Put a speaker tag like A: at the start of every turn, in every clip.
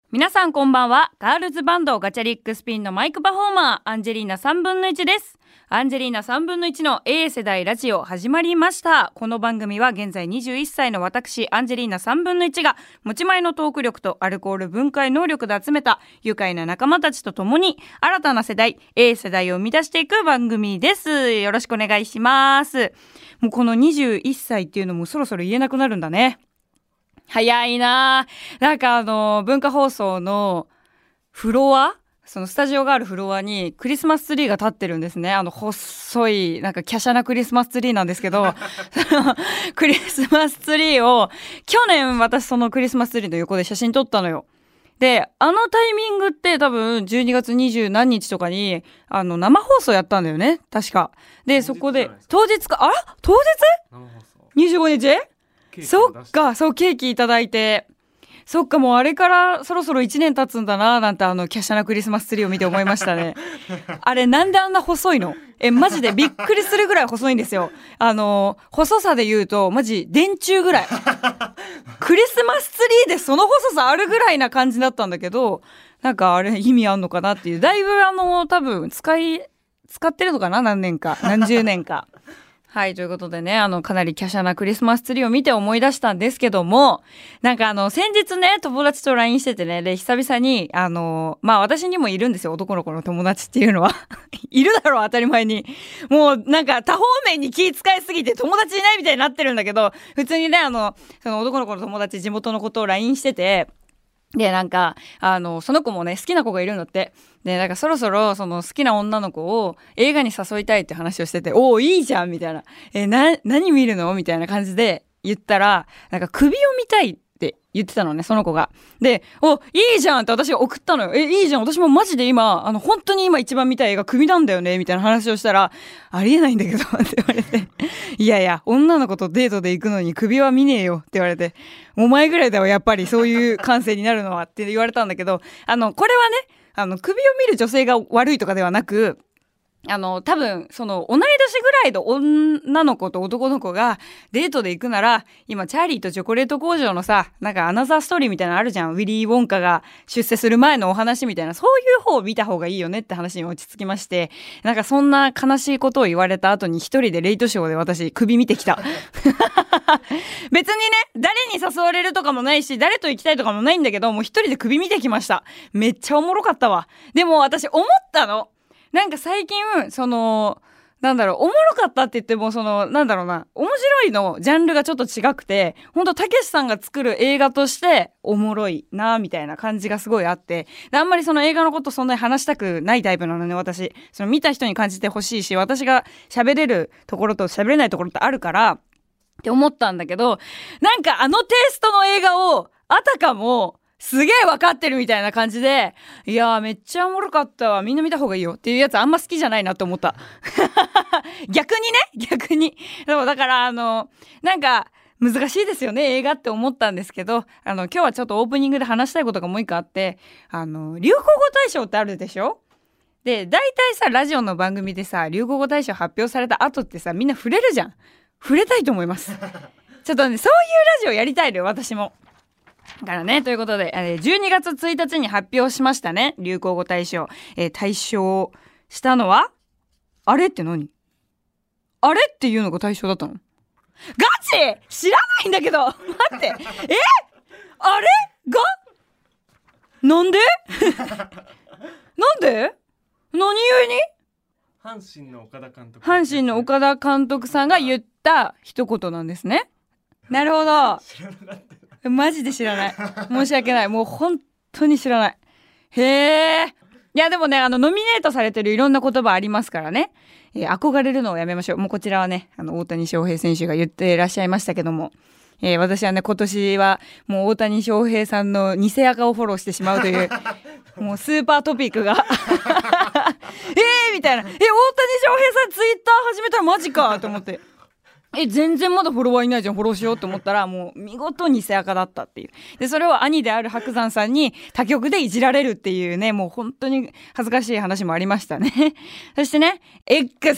A: 皆さんこんばんは。ガールズバンドガチャリックスピンのマイクパフォーマーアンジェリーナ3分の1です。アンジェリーナ3分の1の A 世代ラジオ始まりました。この番組は現在21歳の私アンジェリーナ3分の1が持ち前のトーク力とアルコール分解能力で集めた愉快な仲間たちと共に新たな世代 A 世代を生み出していく番組です。よろしくお願いします。もうこの21歳っていうのもそろそろ言えなくなるんだね。早いなぁ。なんか文化放送のフロア、そのスタジオがあるフロアにクリスマスツリーが立ってるんですね。細いなんか華奢なクリスマスツリーなんですけどそのクリスマスツリーを去年私そのクリスマスツリーの横で写真撮ったのよ。でタイミングって多分12月20何日とかに生放送やったんだよね確か。でそこで当日か当日
B: 生放送
A: 25日そっか、そうケーキいただいて、そっかもうあれからそろそろ1年経つんだななんて華奢なクリスマスツリーを見て思いましたね。あれなんであんな細いの？マジでびっくりするぐらい細いんですよ。細さで言うとマジ電柱ぐらい。クリスマスツリーでその細さあるぐらいな感じだったんだけど、なんかあれ意味あんのかなっていう、だいぶ多分使ってるのかな、何年か何十年か。はい、ということでね、かなり華奢なクリスマスツリーを見て思い出したんですけども、なんか先日ね、友達と LINE しててね、で、久々に、私にもいるんですよ、男の子の友達っていうのは。いるだろう、当たり前に。もう、なんか、多方面に気遣いすぎて友達いないみたいになってるんだけど、普通にね、その男の子の友達、地元の子と LINE してて、で、なんか、その子もね、好きな子がいるんだって。で、なんかそろそろ、その好きな女の子を映画に誘いたいって話をしてて、おー、いいじゃんみたいな。何見るのみたいな感じで言ったら、なんか首を見たいって言ってたのね、その子が。で、お、いいじゃんって私が送ったのよ。いいじゃん。私もマジで今、本当に今一番見たい映画首なんだよねみたいな話をしたら、ありえないんだけどって言われて。いやいや、女の子とデートで行くのに首は見ねえよって言われて。お前ぐらいだわ、やっぱりそういう感性になるのはって言われたんだけど、これはね、首を見る女性が悪いとかではなく、多分、同い年ぐらいの女の子と男の子がデートで行くなら、今、チャーリーとチョコレート工場のさ、なんかアナザーストーリーみたいなのあるじゃん。ウィリー・ウォンカが出世する前のお話みたいな、そういう方を見た方がいいよねって話に落ち着きまして、なんかそんな悲しいことを言われた後に一人でレイトショーで私、首見てきた。別にね、誰に誘われるとかもないし、誰と行きたいとかもないんだけど、もう一人で首見てきました。めっちゃおもろかったわ。でも私思ったの。なんか最近、おもろかったって言っても、面白いのジャンルがちょっと違くて、ほんと、たけしさんが作る映画としておもろいな、みたいな感じがすごいあって、であんまりその映画のことそんなに話したくないタイプなのね、私。見た人に感じてほしいし、私が喋れるところと喋れないところってあるから、って思ったんだけど、なんかテイストの映画を、あたかも、すげえ分かってるみたいな感じで、いやーめっちゃおもろかったわ、みんな見た方がいいよっていうやつあんま好きじゃないなって思った。逆に。でもだからなんか難しいですよね、映画って思ったんですけど、今日はちょっとオープニングで話したいことがもう一個あって、流行語大賞ってあるでしょ？で、大体さ、ラジオの番組でさ、流行語大賞発表された後ってさ、みんな触れるじゃん。触れたいと思います。ちょっとね、そういうラジオやりたいのよ、私も。だからね、ということで、12月1日に発表しましたね、流行語大賞。大賞したのは、あれって何？あれっていうのが大賞だったの？ガチ？知らないんだけど待って、あれがなんでなんで何故に
B: 阪神の岡田監督
A: さんが言った一言なんですね。なるほど。
B: 知らなかった。
A: マジで知らない。申し訳ない。もう本当に知らない。へえ。いやでもね、ノミネートされてるいろんな言葉ありますからね。憧れるのをやめましょう。もうこちらはね、大谷翔平選手が言っていらっしゃいましたけども、私はね、今年はもう大谷翔平さんの偽アカをフォローしてしまうという、もうスーパートピックがみたいな。大谷翔平さんツイッター始めたらマジかと思って。全然まだフォロワーいないじゃん、フォローしようと思ったら、もう見事に偽アカだったっていう。で、それを兄である白山さんに他局でいじられるっていうね、もう本当に恥ずかしい話もありましたね。そしてね、X。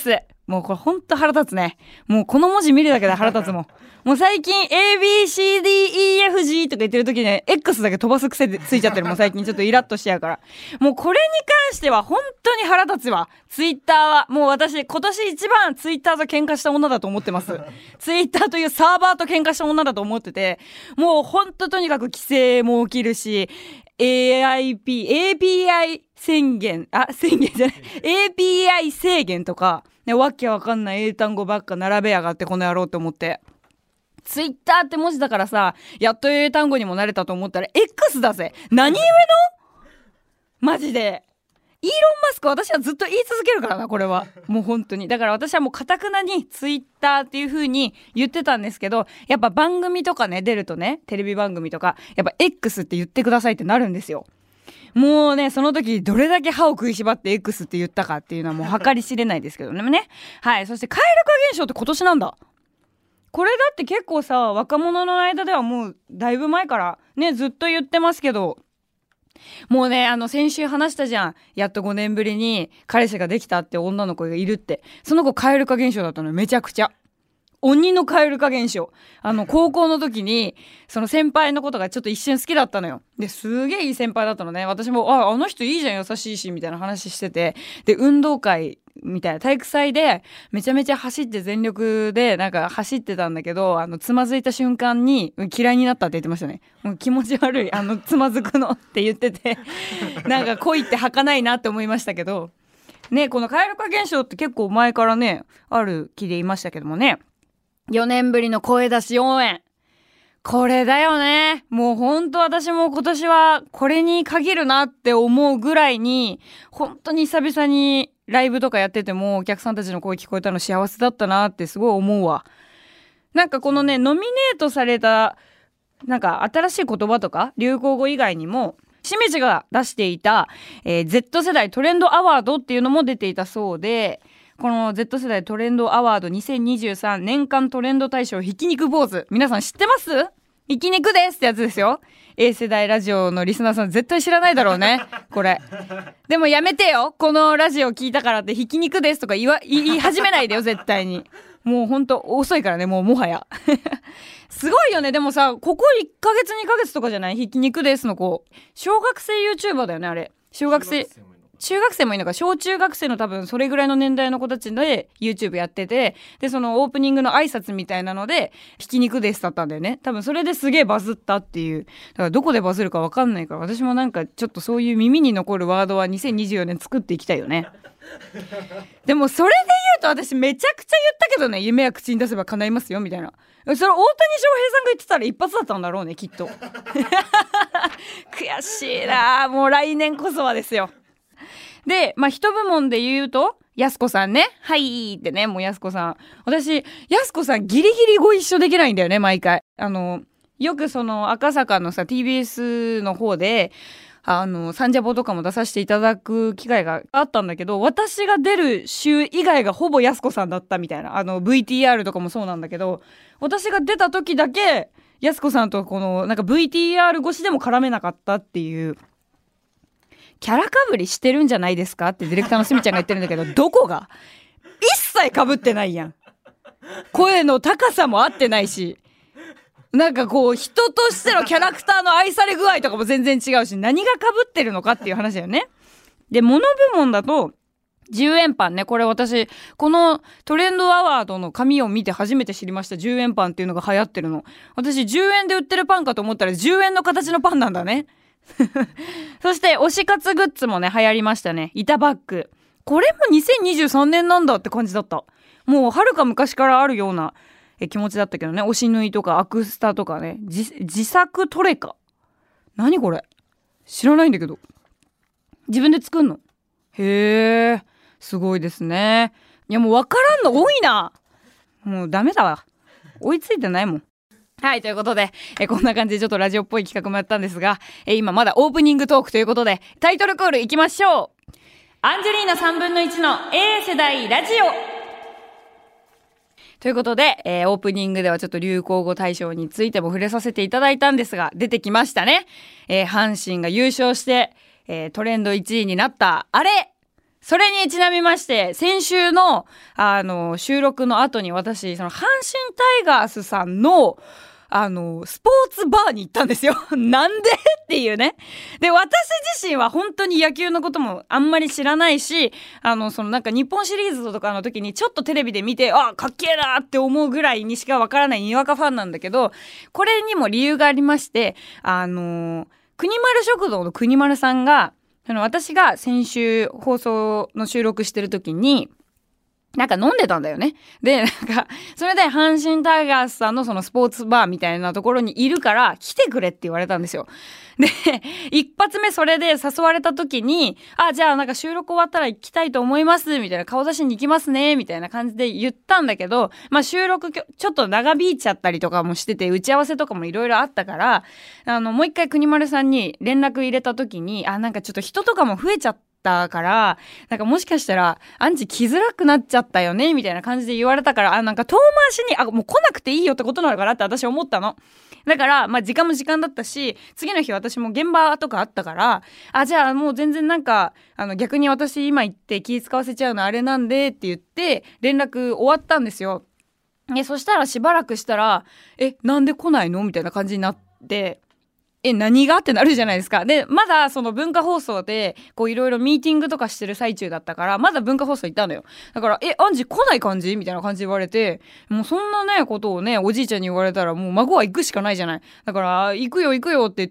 A: もうこれほんと腹立つね。もうこの文字見るだけで腹立つもん。もう最近 ABCDEFG とか言ってる時に X だけ飛ばす癖でついちゃってる。もう最近ちょっとイラッとしちゃうから。もうこれに関しては本当に腹立つわ。ツイッターは。もう私今年一番ツイッターと喧嘩した女だと思ってます。ツイッターというサーバーと喧嘩した女だと思ってて、もう本当とにかく規制も起きるし、API 宣言じゃない。API 制限とか、ね、わけわかんない英単語ばっか並べやがってこの野郎って思って。ツイッターって文字だからさ、やっと英単語にもなれたと思ったら X だぜ。何故のマジで。イーロン・マスク私はずっと言い続けるからな、これは。もう本当に。だから私はもう堅くなにツイッターっていう風に言ってたんですけど、やっぱ番組とかね、出るとね、テレビ番組とか、やっぱ X って言ってくださいってなるんですよ。もうね、その時どれだけ歯を食いしばって X って言ったかっていうのはもう計り知れないですけどね。はい。そして蛙化現象って今年なんだ。これだって結構さ、若者の間ではもうだいぶ前からね、ずっと言ってますけど、もうね、先週話したじゃん。やっと5年ぶりに彼氏ができたって女の子がいるって。その子蛙化現象だったのよ。めちゃくちゃ。鬼の蛙化現象。高校の時に、その先輩のことがちょっと一瞬好きだったのよ。で、すげえいい先輩だったのね。私も、あの人いいじゃん、優しいし、みたいな話してて。で、運動会みたいな体育祭でめちゃめちゃ走って全力でなんか走ってたんだけど、つまずいた瞬間に嫌いになったって言ってましたね。もう気持ち悪い、つまずくのって言っててなんか恋って儚いなって思いましたけどね。この蛙化現象って結構前からねある気でいましたけどもね。4年ぶりの声出し応援、これだよね。もうほんと私も今年はこれに限るなって思うぐらいに、本当に久々にライブとかやっててもお客さんたちの声聞こえたの幸せだったなってすごい思うわ。なんかこのね、ノミネートされたなんか新しい言葉とか流行語以外にも、しめじが出していた、Z 世代トレンドアワードっていうのも出ていたそうで、この Z 世代トレンドアワード2023年間トレンド大賞ひき肉坊主、皆さん知ってます？ひき肉ですってやつですよ。A 世代ラジオのリスナーさん絶対知らないだろうねこれ。でもやめてよ、このラジオ聞いたからってひき肉ですとか言い始めないでよ絶対に。もうほんと遅いからね、もはやすごいよね。でもさ、ここ1ヶ月2ヶ月とかじゃない？ひき肉ですの子、小学生 YouTuber だよねあれ。小学生中学生もいいのか、小中学生の多分それぐらいの年代の子たちで YouTube やってて、でそのオープニングの挨拶みたいなのでひき肉ですだったんだよね。多分それですげえバズったっていう。だからどこでバズるか分かんないから、私もなんかちょっとそういう耳に残るワードは2024年作っていきたいよねでもそれで言うと私めちゃくちゃ言ったけどね、夢は口に出せば叶いますよみたいな。それ大谷翔平さんが言ってたら一発だったんだろうねきっと悔しいな。もう来年こそはですよ。で、一部門で言うとやす子さんね、はいってね。もうやす子さん、私やす子さんギリギリご一緒できないんだよね毎回。よくその赤坂のさ TBS の方でサンジャポとかも出させていただく機会があったんだけど、私が出る週以外がほぼやす子さんだったみたいな。VTR とかもそうなんだけど、私が出た時だけやす子さんとこのなんか VTR 越しでも絡めなかったっていう。キャラかぶりしてるんじゃないですかってディレクターのすみちゃんが言ってるんだけど、どこが一切かぶってないやん。声の高さも合ってないし、なんかこう人としてのキャラクターの愛され具合とかも全然違うし、何がかぶってるのかっていう話だよね。で、モノ部門だと10円パンね。これ私このトレンドアワードの紙を見て初めて知りました。10円パンっていうのが流行ってるの。私10円で売ってるパンかと思ったら10円の形のパンなんだねそして推し活グッズもね流行りましたね。板バッグ、これも2023年なんだって感じだった。もうはるか昔からあるような気持ちだったけどね。推し縫いとかアクスタとかね、自作トレカ、何これ知らないんだけど、自分で作んの？へー、すごいですね。いやもう分からんの多いな。もうダメだわ、追いついてないもん。はい、ということで、こんな感じでちょっとラジオっぽい企画もやったんですが、今まだオープニングトークということでタイトルコールいきましょう。アンジェリーナ3分の1の A 世代ラジオということで、オープニングではちょっと流行語大賞についても触れさせていただいたんですが、出てきましたね。阪神が優勝して、トレンド1位になったあれそれにちなみまして、先週の、収録の後に私、その、阪神タイガースさんの、スポーツバーに行ったんですよ。なんでっていうね。で、私自身は本当に野球のこともあんまり知らないし、そのなんか日本シリーズとかの時にちょっとテレビで見て、あ、かっけえなって思うぐらいにしかわからないにわかファンなんだけど、これにも理由がありまして、国丸食堂の国丸さんが、私が先週放送の収録してる時に、なんか飲んでたんだよね。で、なんか、それで阪神タイガースさんのそのスポーツバーみたいなところにいるから来てくれって言われたんですよ。で、一発目それで誘われた時に、あ、じゃあなんか収録終わったら行きたいと思います、みたいな、顔出しに行きますね、みたいな感じで言ったんだけど、まあ収録ちょっと長引いちゃったりとかもしてて、打ち合わせとかもいろいろあったから、もう一回国丸さんに連絡入れた時に、あ、なんかちょっと人とかも増えちゃったから、なんかもしかしたらアンチ来づらくなっちゃったよねみたいな感じで言われたから、あ、なんか遠回しに、あ、もう来なくていいよってことなのかなって私思ったの。だからまあ時間も時間だったし、次の日私も現場とかあったから、あ、じゃあもう全然なんか逆に私今行って気使わせちゃうのあれなんでって言って連絡終わったんですよ。そしたらしばらくしたら、なんで来ないのみたいな感じになって、何がってなるじゃないですか。で、まだその文化放送で、こういろいろミーティングとかしてる最中だったから、まだ文化放送行ったのよ。だから、アンジ来ない感じみたいな感じで言われて、もうそんなね、ことをね、おじいちゃんに言われたら、もう孫は行くしかないじゃない。だから、行くよって言って、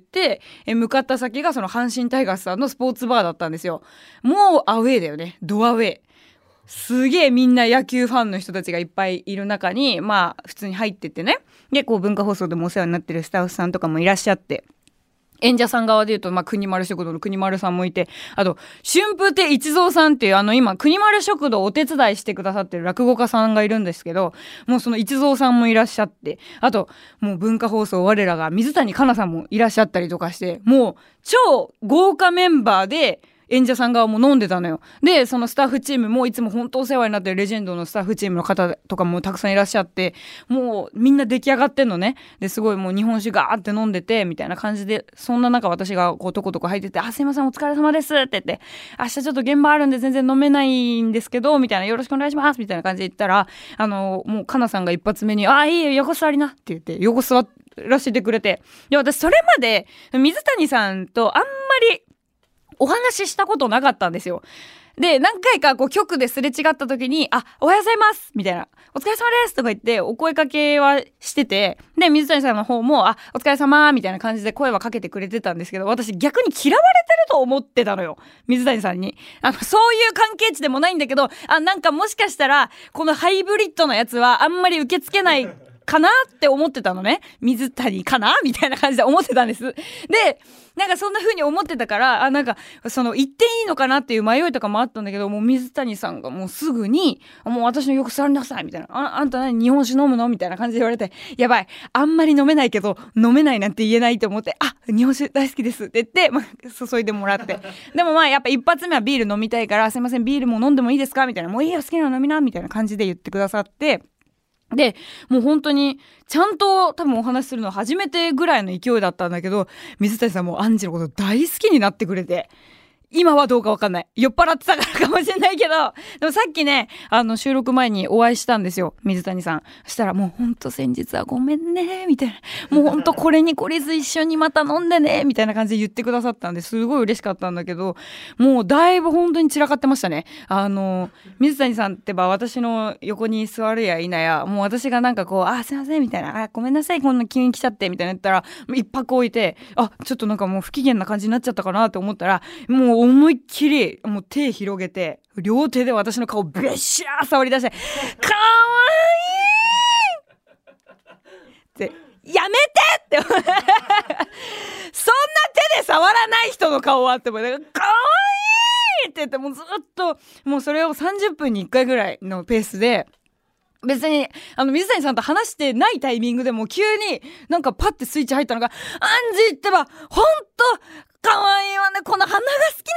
A: 向かった先がその阪神タイガースさんのスポーツバーだったんですよ。もうアウェーだよね。ドアウェー。すげえみんな野球ファンの人たちがいっぱいいる中に、まあ、普通に入ってってね。で、こう文化放送でもお世話になってるスタッフさんとかもいらっしゃって、演者さん側で言うと、まあ、国丸食堂の国丸さんもいて、あと、春風亭一蔵さんっていう、今、国丸食堂をお手伝いしてくださってる落語家さんがいるんですけど、もうその一蔵さんもいらっしゃって、あと、もう文化放送我らが水谷香奈さんもいらっしゃったりとかして、もう、超豪華メンバーで、演者さん側も飲んでたのよ。で、そのスタッフチームもいつも本当お世話になってるレジェンドのスタッフチームの方とかもたくさんいらっしゃって、もうみんな出来上がってんのね。で、すごいもう日本酒ガーって飲んでて、みたいな感じで、そんな中私がこうとことこ入ってて、あ、すいませんお疲れ様ですって言って、明日ちょっと現場あるんで全然飲めないんですけど、みたいな、よろしくお願いしますみたいな感じで言ったら、もうかなさんが一発目に、あ、いいよ、横座りなって言って、横座らせてくれて。で、私それまで水谷さんとあんまりお話ししたことなかったんですよ。で、何回かこう局ですれ違った時に、あ、おはようございますみたいな、お疲れ様ですとか言ってお声かけはしてて、で、水谷さんの方も、あ、お疲れ様みたいな感じで声はかけてくれてたんですけど、私逆に嫌われてると思ってたのよ。水谷さんに。そういう関係値でもないんだけど、なんかもしかしたら、このハイブリッドなやつはあんまり受け付けないかなって思ってたのね。水谷かなみたいな感じで思ってたんです。で、なんかそんな風に思ってたから、なんかその言っていいのかなっていう迷いとかもあったんだけど、もう水谷さんがもうすぐに、もう私のよく座りなさいみたいな、あんた何日本酒飲むのみたいな感じで言われて、やばい、あんまり飲めないけど飲めないなんて言えないと思って、あ、日本酒大好きですって言って、まあ、注いでもらって、でもまあやっぱ一発目はビール飲みたいから、すいませんビールも飲んでもいいですかみたいな、もういいよ好きなの飲みなみたいな感じで言ってくださって、で、もう本当に、ちゃんと多分お話しするの初めてぐらいの勢いだったんだけど、水谷さんもアンジのこと大好きになってくれて、今はどうかわかんない。酔っ払ってたからかもしれないけど、でもさっきね、収録前にお会いしたんですよ、水谷さん。そしたらもうほんと先日はごめんね、みたいな。もうほんとこれに懲りず一緒にまた飲んでね、みたいな感じで言ってくださったんで、すごい嬉しかったんだけど、もうだいぶ本当に散らかってましたね。水谷さんってば私の横に座るや否や、もう私がなんかこう、あ、すいません、みたいな、あ、ごめんなさい、こんな急に来ちゃって、みたいな言ったら、一泊置いて、あ、ちょっとなんかもう不機嫌な感じになっちゃったかなって思ったら、もう思いっきりもう手広げて両手で私の顔ベッシャー触り出してかわいいってやめてってそんな手で触らない人の顔はって思ってかわいいって言ってもうずっともうそれを30分に1回ぐらいのペースで別に水谷さんと話してないタイミングでも急になんかパッてスイッチ入ったのがアンジーってばほんとかわいいわねこの鼻が好きなの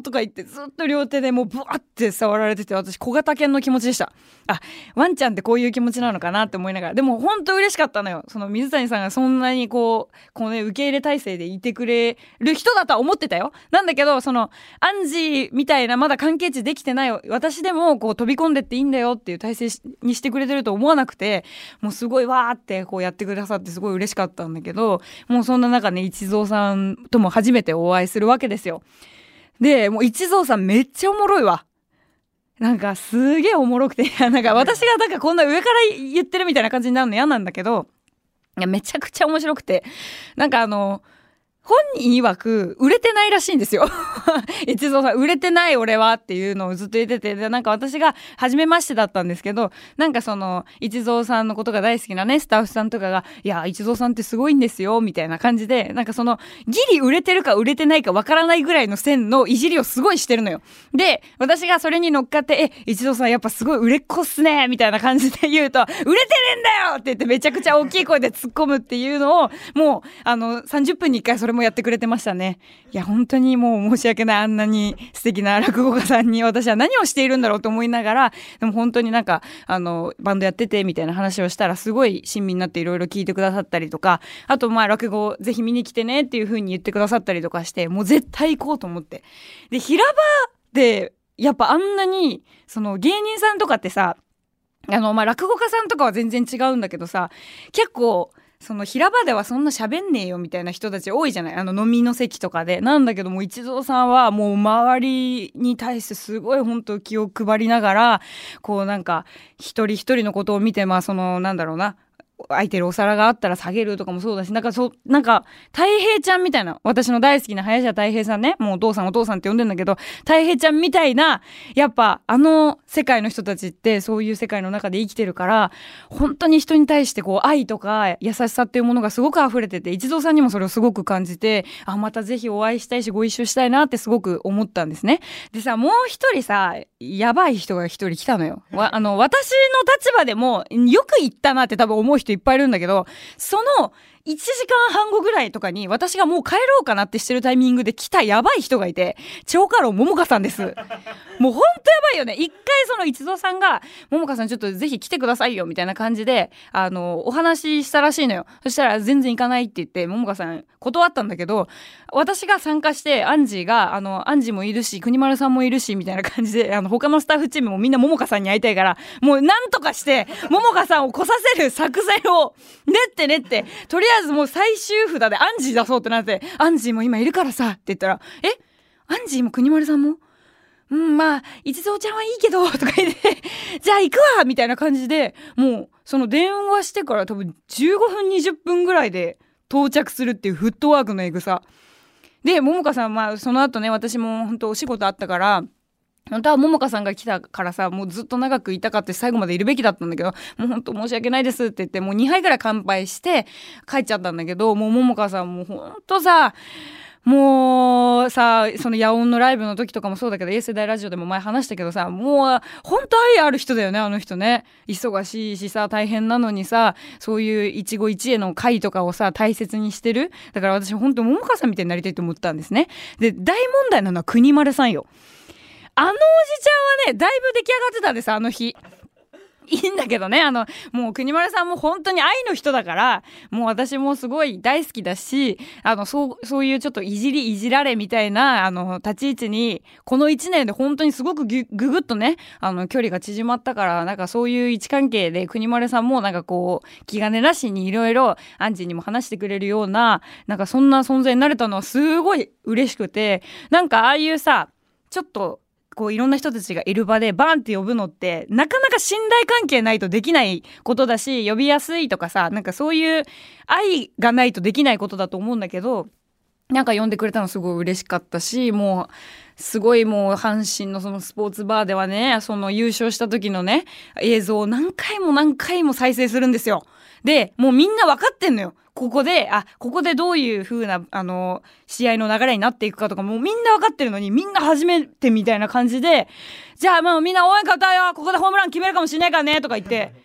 A: とか言ってずっと両手でもうブワッて触られてて、私小型犬の気持ちでした。あ、ワンちゃんってこういう気持ちなのかなって思いながら、でも本当嬉しかったのよ。その水谷さんがそんなにこうね、受け入れ体制でいてくれる人だとは思ってたよ。なんだけど、そのアンジーみたいなまだ関係値できてない私でもこう飛び込んでっていいんだよっていう体制にしてくれてると思わなくて、もうすごいわーってこうやってくださってすごい嬉しかったんだけど、もうそんな中ね、一蔵さんとも初めてお会いするわけですよ。で、もう一蔵さんめっちゃおもろいわ。なんかすげえおもろくて、なんか私がなんかこんな上から言ってるみたいな感じになるの嫌なんだけど、いやめちゃくちゃ面白くて、なんか本人曰く売れてないらしいんですよ。一蔵さん、売れてない俺はっていうのをずっと言ってて、でなんか私が初めましてだったんですけど、なんかその一蔵さんのことが大好きなねスタッフさんとかが、いや一蔵さんってすごいんですよみたいな感じで、なんかそのギリ売れてるか売れてないかわからないぐらいの線のいじりをすごいしてるのよ。で私がそれに乗っかって、一蔵さんやっぱすごい売れっ子っすねみたいな感じで言うと、売れてねえんだよって言ってめちゃくちゃ大きい声で突っ込むっていうのを、もう30分に1回それもやってくれてましたね。いや本当にもう申し訳ない、あんなに素敵な落語家さんに私は何をしているんだろうと思いながら、でも本当になんかバンドやっててみたいな話をしたらすごい親身になっていろいろ聞いてくださったりとか、あとまあ落語ぜひ見に来てねっていう風に言ってくださったりとかして、もう絶対行こうと思って、で平場でやっぱあんなにその芸人さんとかってさ、まあ落語家さんとかは全然違うんだけどさ、結構その平場ではそんな喋んねえよみたいな人たち多いじゃない、飲みの席とかで。なんだけども一蔵さんはもう周りに対してすごい本当気を配りながら、こうなんか一人一人のことを見て、まあそのなんだろうな、空いてるお皿があったら下げるとかもそうだし、なんかたい平ちゃんみたいな、私の大好きな林家たい平さんね、もうお父さんって呼んでんだけど、たい平ちゃんみたいな、やっぱ世界の人たちってそういう世界の中で生きてるから、本当に人に対してこう愛とか優しさっていうものがすごく溢れてて、一蔵さんにもそれをすごく感じて、またぜひお会いしたいしご一緒したいなってすごく思ったんですね。でさ、もう一人さ、やばい人が一人来たのよ。私の立場でもよく言ったなって多分思う人いっぱいいるんだけど、その1時間半後ぐらいとかに私がもう帰ろうかなってしてるタイミングで来たやばい人がいて、超過労桃香さんです。もうほんとやばいよね。一回その一蔵さんが桃香さんちょっとぜひ来てくださいよみたいな感じでお話ししたらしいのよ。そしたら全然行かないって言って桃香さん断ったんだけど、私が参加してアンジーがアンジーもいるし国丸さんもいるしみたいな感じで他のスタッフチームもみんな桃香さんに会いたいから、もうなんとかして桃香さんを来させる作戦を練ってとりあえずもう最終札でアンジー出そうってなって、アンジーも今いるからさって言ったら、アンジーも国丸さんもまあ一蔵ちゃんはいいけどとか言ってじゃあ行くわみたいな感じで、もうその電話してから多分15分20分ぐらいで到着するっていうフットワークのエグさで、桃香さんその後ね、私も本当お仕事あったから本当は桃香さんが来たからさ、もうずっと長くいたかって最後までいるべきだったんだけど、もう本当申し訳ないですって言ってもう2杯ぐらい乾杯して帰っちゃったんだけど、もう桃香さんも本当さ、もうさ、その野音のライブの時とかもそうだけど、衛星大ラジオでも前話したけどさ、もう本当愛ある人だよね、あの人ね。忙しいしさ、大変なのにさ、そういう一期一会の会とかをさ大切にしてる。だから私本当桃香さんみたいになりたいと思ったんですね。で、大問題なのは国丸さんよ。おじちゃんはね、だいぶ出来上がってたんです、あの日。いいんだけどね、もう国丸さんも本当に愛の人だから、もう私もすごい大好きだし、そういうちょっといじられみたいな、立ち位置に、この1年で本当にすごくぐぐっとね、距離が縮まったから、なんかそういう位置関係で国丸さんもなんかこう、気兼ねなしにいろいろアンジーにも話してくれるような、なんかそんな存在になれたのはすごい嬉しくて、なんかああいうさ、ちょっと、こういろんな人たちがいる場でバーンって呼ぶのってなかなか信頼関係ないとできないことだし、呼びやすいとかさ、なんかそういう愛がないとできないことだと思うんだけど、なんか呼んでくれたのすごい嬉しかったし、もうすごいもう阪神のそのスポーツバーではね、その優勝した時のね映像を何回も再生するんですよ。で、もうみんな分かってんのよ。ここでどういう風な試合の流れになっていくかとかもうみんな分かってるのに、みんな初めてみたいな感じで、じゃあもうみんな応援歌歌うよ、ここでホームラン決めるかもしれないからねとか言って、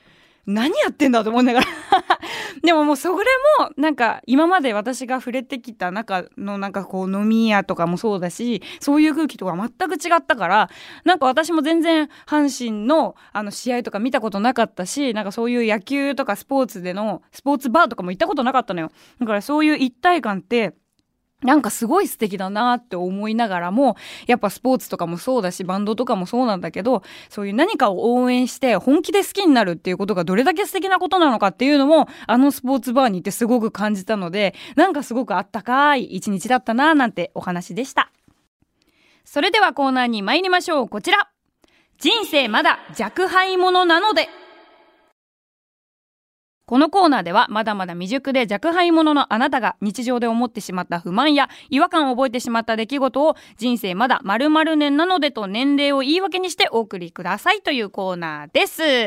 A: 何やってんだと思いながらでももうそれもなんか今まで私が触れてきた中のなんかこう飲み屋とかもそうだし、そういう空気とか全く違ったから、なんか私も全然阪神の試合とか見たことなかったし、なんかそういう野球とかスポーツでのスポーツバーとかも行ったことなかったのよ。だからそういう一体感ってなんかすごい素敵だなって思いながらも、やっぱスポーツとかもそうだしバンドとかもそうなんだけど、そういう何かを応援して本気で好きになるっていうことがどれだけ素敵なことなのかっていうのもスポーツバーに行ってすごく感じたので、なんかすごくあったかい一日だったななんてお話でした。それではコーナーに参りましょう。こちら、人生まだ若輩者なので。このコーナーではまだまだ未熟で若輩者のあなたが日常で思ってしまった不満や違和感を覚えてしまった出来事を、人生まだ〇〇年なのでと年齢を言い訳にしてお送りくださいというコーナーです。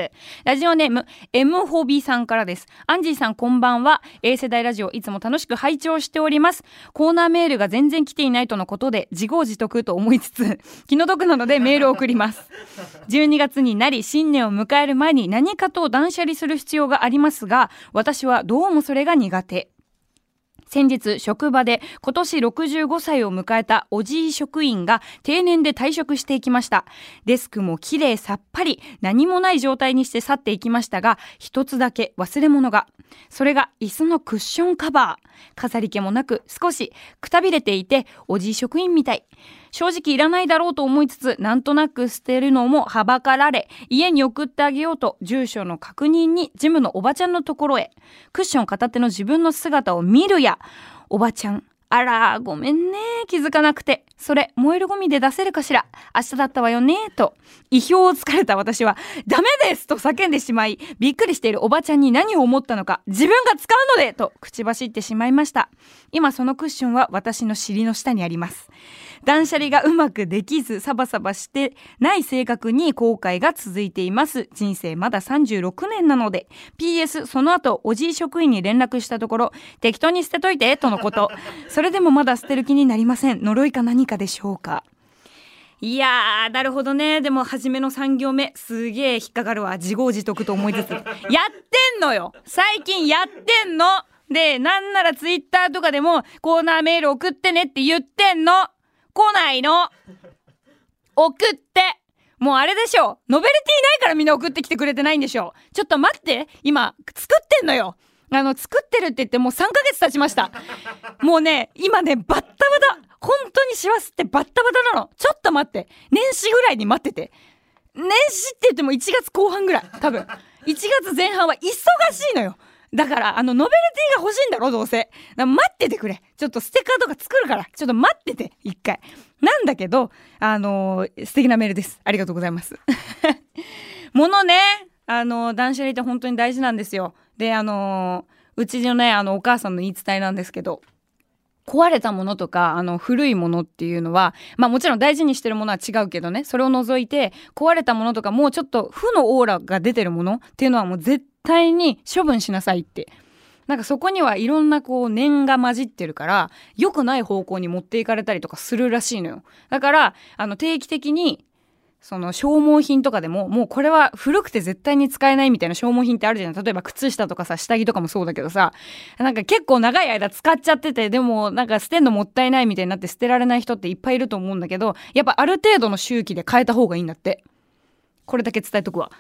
A: ラジオネーム M ホビさんからです。アンジーさんこんばんは。A 世代ラジオいつも楽しく拝聴しております。コーナーメールが全然来ていないとのことで自業自得と思いつつ気の毒なのでメールを送ります。12月になり新年を迎える前に何かと断捨離する必要がありますが、私はどうもそれが苦手。先日職場で今年65歳を迎えたおじい職員が定年で退職していきました。デスクもきれいさっぱり何もない状態にして去っていきましたが、一つだけ忘れ物が。それが椅子のクッションカバー。飾り気もなく少しくたびれていておじい職員みたい。正直いらないだろうと思いつつ、なんとなく捨てるのもはばかられ、家に送ってあげようと住所の確認にジムのおばちゃんのところへ。クッション片手の自分の姿を見るや、おばちゃん、あらごめんね、気づかなくて、それ燃えるゴミで出せるかしら、明日だったわよねと意表をつかれた私はダメですと叫んでしまい、びっくりしているおばちゃんに何を思ったのか、自分が使うのでと口走ってしまいました。今そのクッションは私の尻の下にあります。断捨離がうまくできずサバサバしてない性格に後悔が続いています。人生まだ36年なので。 PS その後おじい職員に連絡したところ、適当に捨てといてとのこと。それでもまだ捨てる気になりません。呪いか何かでしょうか。いやー、なるほどね。でも初めの3行目すげえ引っかかるわ。自業自得と思いつつやってんのよ、最近やってんので、なんならツイッターとかでもコーナーメール送ってねって言ってんの。来ないの。送って。もうあれでしょ、ノベルティないからみんな送ってきてくれてないんでしょ。ちょっと待って、今作ってんのよ。作ってるって言ってもう3ヶ月経ちました。もうね、今ねバッタバタ、本当に師走ってバッタバタなの。ちょっと待って、年始ぐらいに待ってて。年始って言っても1月後半ぐらい、多分1月前半は忙しいのよ。だからノベルティが欲しいんだろどうせ。待っててくれ。ちょっとステッカーとか作るからちょっと待ってて一回。なんだけど素敵なメールです。ありがとうございます。ものね、断捨離って本当に大事なんですよ。でうちのねお母さんの言い伝えなんですけど、壊れたものとか古いものっていうのはもちろん大事にしてるものは違うけどね、それを除いて壊れたものとかもうちょっと負のオーラが出てるものっていうのはもう絶対に処分しなさいって。なんかそこにはいろんな念が混じってるから良くない方向に持っていかれたりとかするらしいのよ。だから定期的にその消耗品とかでも、もうこれは古くて絶対に使えないみたいな消耗品ってあるじゃん。例えば靴下とかさ、下着とかもそうだけどさ、なんか結構長い間使っちゃってて、でもなんか捨てんのもったいないみたいになって捨てられない人っていっぱいいると思うんだけど、やっぱある程度の周期で変えた方がいいんだって。これだけ伝えとくわ。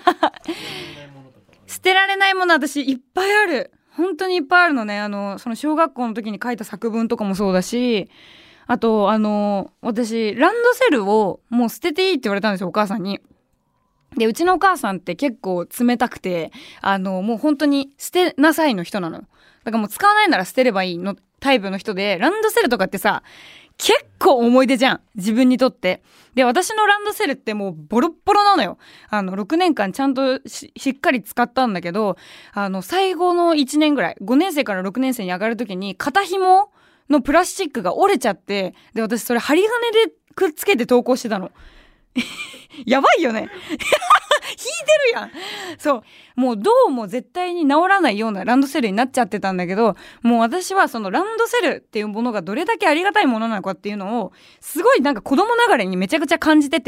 A: 捨てられないもの私いっぱいある。本当にいっぱいあるのね。その小学校の時に書いた作文とかもそうだし、あと私ランドセルをもう捨てていいって言われたんですよ、お母さんに。でうちのお母さんって結構冷たくてもう本当に捨てなさいの人なの。だからもう使わないなら捨てればいいのタイプの人で、ランドセルとかってさ結構思い出じゃん、自分にとって。で私のランドセルってもうボロッボロなのよ。6年間ちゃんと しっかり使ったんだけど、最後の1年ぐらい5年生から6年生に上がる時に肩紐のプラスチックが折れちゃって、で私それ針金でくっつけて投稿してたの。やばいよね。引いてるやん。そうもうどうも絶対に治らないようなランドセルになっちゃってたんだけど、もう私はそのランドセルっていうものがどれだけありがたいものなのかっていうのをすごいなんか子供ながらにめちゃくちゃ感じてて、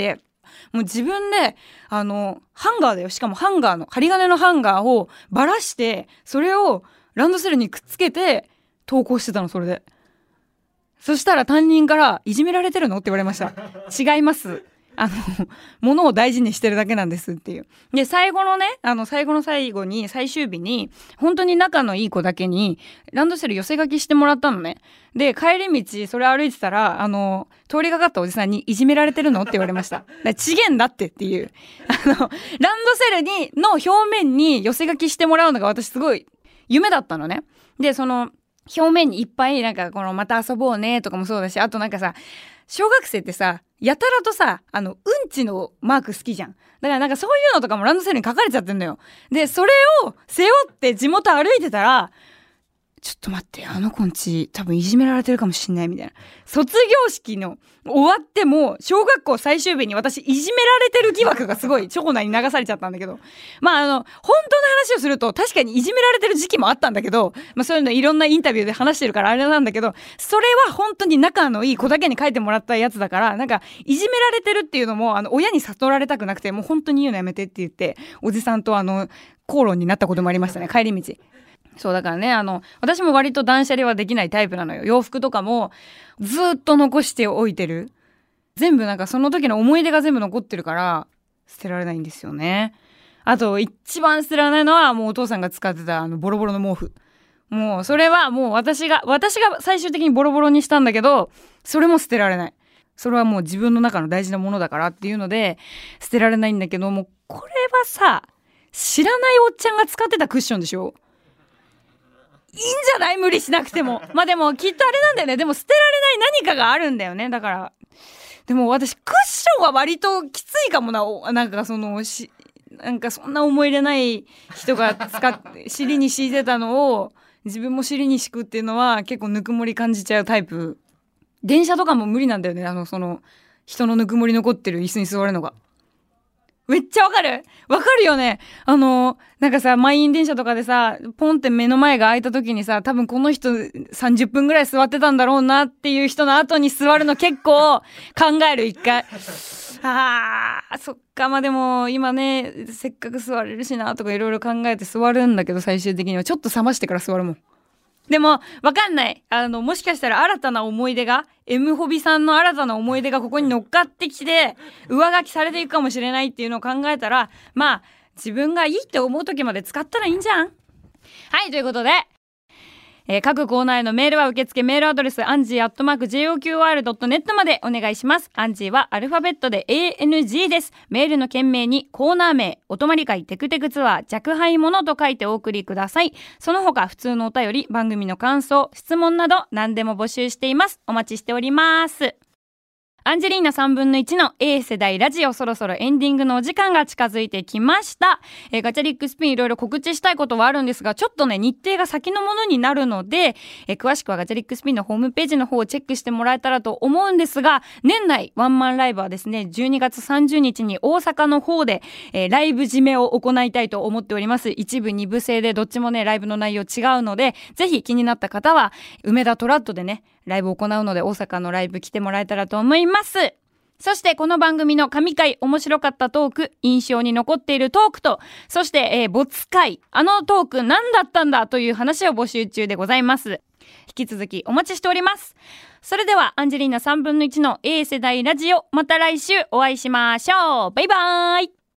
A: もう自分でハンガーだよ、しかもハンガーの針金のハンガーをばらして、それをランドセルにくっつけて投稿してたの。それでそしたら担任からいじめられてるのって言われました。違います、物を大事にしてるだけなんですっていう。で最後のね、最後の最後に最終日に本当に仲のいい子だけにランドセル寄せ書きしてもらったのね。で帰り道それ歩いてたら通りかかったおじさんにいじめられてるのって言われました。ちげんだってっていうランドセルの表面に寄せ書きしてもらうのが私すごい夢だったのね。でその表面にいっぱいなんかこのまた遊ぼうねとかもそうだし、あとなんかさ、小学生ってさやたらとさうんちのマーク好きじゃん。だからなんかそういうのとかもランドセルに書かれちゃってんだよ。でそれを背負って地元歩いてたら、ちょっと待って、あの子んち多分いじめられてるかもしんないみたいな。卒業式の終わっても小学校最終日に私いじめられてる疑惑がすごい町内に流されちゃったんだけど、まあ本当の話をすると確かにいじめられてる時期もあったんだけど、まあそういうのいろんなインタビューで話してるからあれなんだけど、それは本当に仲のいい子だけに書いてもらったやつだから、なんかいじめられてるっていうのも親に悟られたくなくて、もう本当に言うのやめてって言っておじさんと口論になったこともありましたね、帰り道。そうだからね、私も割と断捨離はできないタイプなのよ。洋服とかもずっと残しておいてる。全部なんかその時の思い出が全部残ってるから捨てられないんですよね。あと一番捨てられないのはもうお父さんが使ってたボロボロの毛布。もうそれはもう私が最終的にボロボロにしたんだけど、それも捨てられない。それはもう自分の中の大事なものだからっていうので捨てられないんだけども、これはさ、知らないおっちゃんが使ってたクッションでしょ。いいんじゃない？無理しなくても。まあでもきっとあれなんだよね。でも捨てられない何かがあるんだよね。だからでも私クッションは割ときついかもな。なんかなんかそんな思い入れない人が使って尻に敷いてたのを自分も尻に敷くっていうのは結構ぬくもり感じちゃうタイプ。電車とかも無理なんだよね。人のぬくもり残ってる椅子に座るのがめっちゃわかるよね。なんかさ、満員電車とかでさ、ポンって目の前が開いた時にさ、多分この人30分ぐらい座ってたんだろうなっていう人の後に座るの結構考える、一回。そっか。まあでも今ね、せっかく座れるしなとかいろいろ考えて座るんだけど、最終的にはちょっと冷ましてから座るもん。でもわかんない。もしかしたら新たな思い出が、M ホビさんの新たな思い出がここに乗っかってきて上書きされていくかもしれないっていうのを考えたら、まあ自分がいいって思う時まで使ったらいいんじゃん。はい、ということで、各コーナーへのメールは受付、メールアドレスangie@joqr.net までお願いします。アンジーはアルファベットで ANG です。メールの件名にコーナー名、お泊まり会テクテクツアー、若輩者と書いてお送りください。その他普通のお便り、番組の感想、質問など何でも募集しています。お待ちしております。アンジェリーナ3分の1の A 世代ラジオ、そろそろエンディングのお時間が近づいてきました。ガチャリックスピンいろいろ告知したいことはあるんですが、ちょっとね日程が先のものになるので、詳しくはガチャリックスピンのホームページの方をチェックしてもらえたらと思うんですが、年内ワンマンライブはですね、12月30日に大阪の方で、ライブ締めを行いたいと思っております。一部二部制でどっちもねライブの内容違うので、ぜひ気になった方は梅田トラッドでねライブを行うので、大阪のライブ来てもらえたらと思います。そしてこの番組の神回、面白かったトーク、印象に残っているトークと、そして、没回、あのトーク何だったんだという話を募集中でございます。引き続きお待ちしております。それではアンジェリーナ3分の1の A 世代ラジオ、また来週お会いしましょう。バイバーイ。